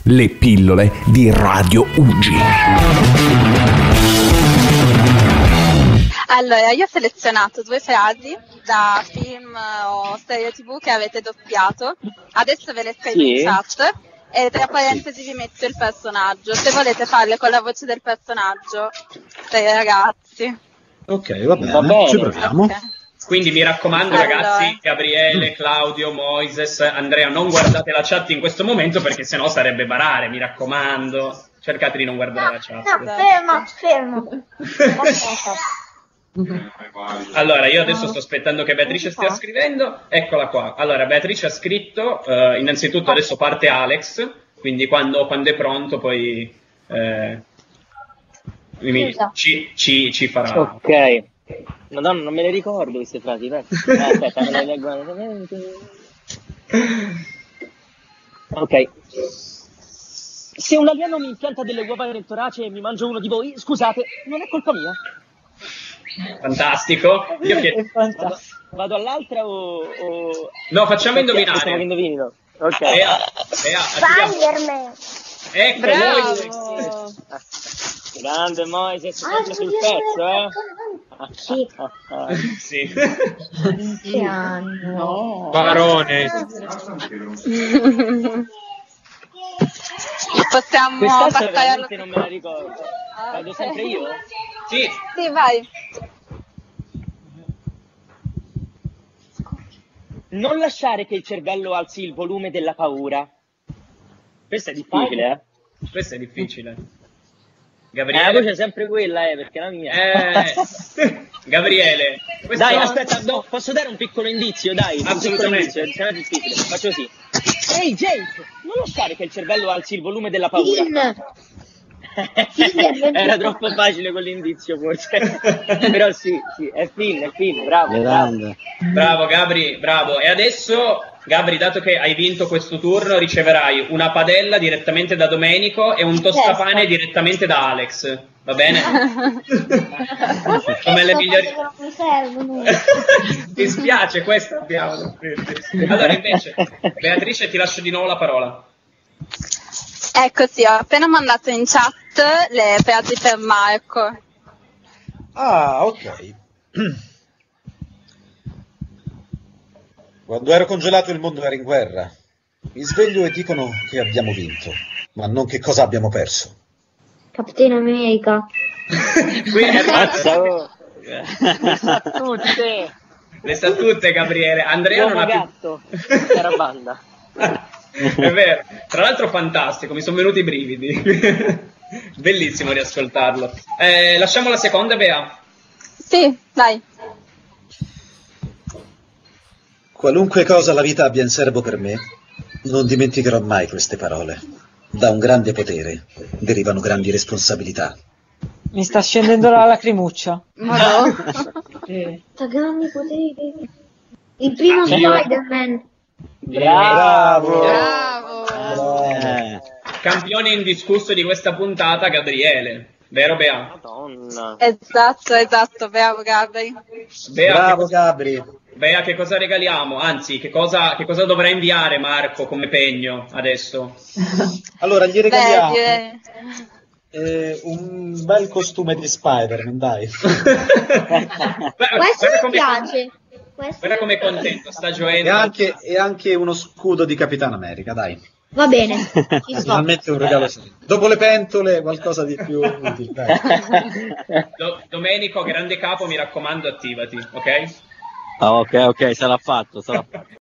le pillole di Radio Uggi. Allora, io ho selezionato 2 frasi da film o serie TV che avete doppiato. Adesso ve le scrivo in chat e tra parentesi vi metto il personaggio. Se volete farle con la voce del personaggio, per i ragazzi. Ok, va bene. Ci proviamo. Okay. Quindi mi raccomando, ragazzi, Gabriele, Claudio, Moises, Andrea, non guardate la chat in questo momento perché sennò sarebbe barare, mi raccomando. Cercate di non guardare la chat. No, fermo. Allora, io adesso sto aspettando che Beatrice stia scrivendo. Eccola qua. Allora, Beatrice ha scritto, innanzitutto adesso parte Alex, quindi quando è pronto poi ci farà. Ok. Madonna, non me le ricordo queste frasi. Aspetta, me le leggo. Ok. Se un alieno mi impianta delle uova nel torace e mi mangio uno di voi, scusate, non è colpa mia. Fantastico. Io Vado all'altra o... No, facciamo indovinare. Indovinino. Ok. Spider-Man. Ecco, bravo. Grande Moises, sempre sul pezzo, Sì. Sì. No. Barone. Possiamo Questa passare veramente non me la ricordo. Vado sempre io? Sì, vai. Non lasciare che il cervello alzi il volume della paura. Questo è difficile, eh? Questo è difficile. La Gabriele. voce è sempre quella, perché la mia. Gabriele. Dai, aspetta, no, posso dare un piccolo indizio, dai? Assolutamente. Un piccolo indizio, difficile. Faccio così. Ehi, Jake, non lasciare che il cervello alzi il volume della paura. Era troppo facile quell'indizio, forse. Però sì, è Finn, bravo. Bravo Gabri, bravo. E adesso, Gabri, dato che hai vinto questo turno, riceverai una padella direttamente da Domenico e un tostapane direttamente da Alex. Va bene? Come le migliori... Non mi servono. Ti spiace, questo abbiamo. Allora, invece, Beatrice, ti lascio di nuovo la parola. Ecco, sì, ho appena mandato in chat le frasi per Marco. Ah, ok. Quando ero congelato il mondo era in guerra. Mi sveglio e dicono che abbiamo vinto, ma non che cosa abbiamo perso. Capitano America. Quindi le sa tutte, Gabriele. Andrea non ha gatto. Era banda. È vero, tra l'altro fantastico, mi sono venuti i brividi. Bellissimo riascoltarlo. Lasciamo la seconda, Bea. Sì, vai. Qualunque cosa la vita abbia in serbo per me, non dimenticherò mai queste parole. Da un grande potere derivano grandi responsabilità. Mi sta scendendo la lacrimuccia. Ma no. Da grandi poteri. Il primo Spider-Man. Bravo. Campione indiscusso di questa puntata, Gabriele. Vero, Bea? Madonna. Esatto, bravo Gabri. Bravo Gabri. Bea, che cosa regaliamo? Anzi, che cosa dovrà inviare Marco come pegno adesso? Allora, gli regaliamo Beh, un bel costume di Spider-Man, dai. Questo mi piace. Guarda come è contento, sta gioendo. E anche uno scudo di Capitano America, dai. Va bene, ci sto. Finalmente un regalo. Dopo le pentole, qualcosa di più utile. Dai. Domenico, grande capo, mi raccomando, attivati, ok? Ok, sarà fatto.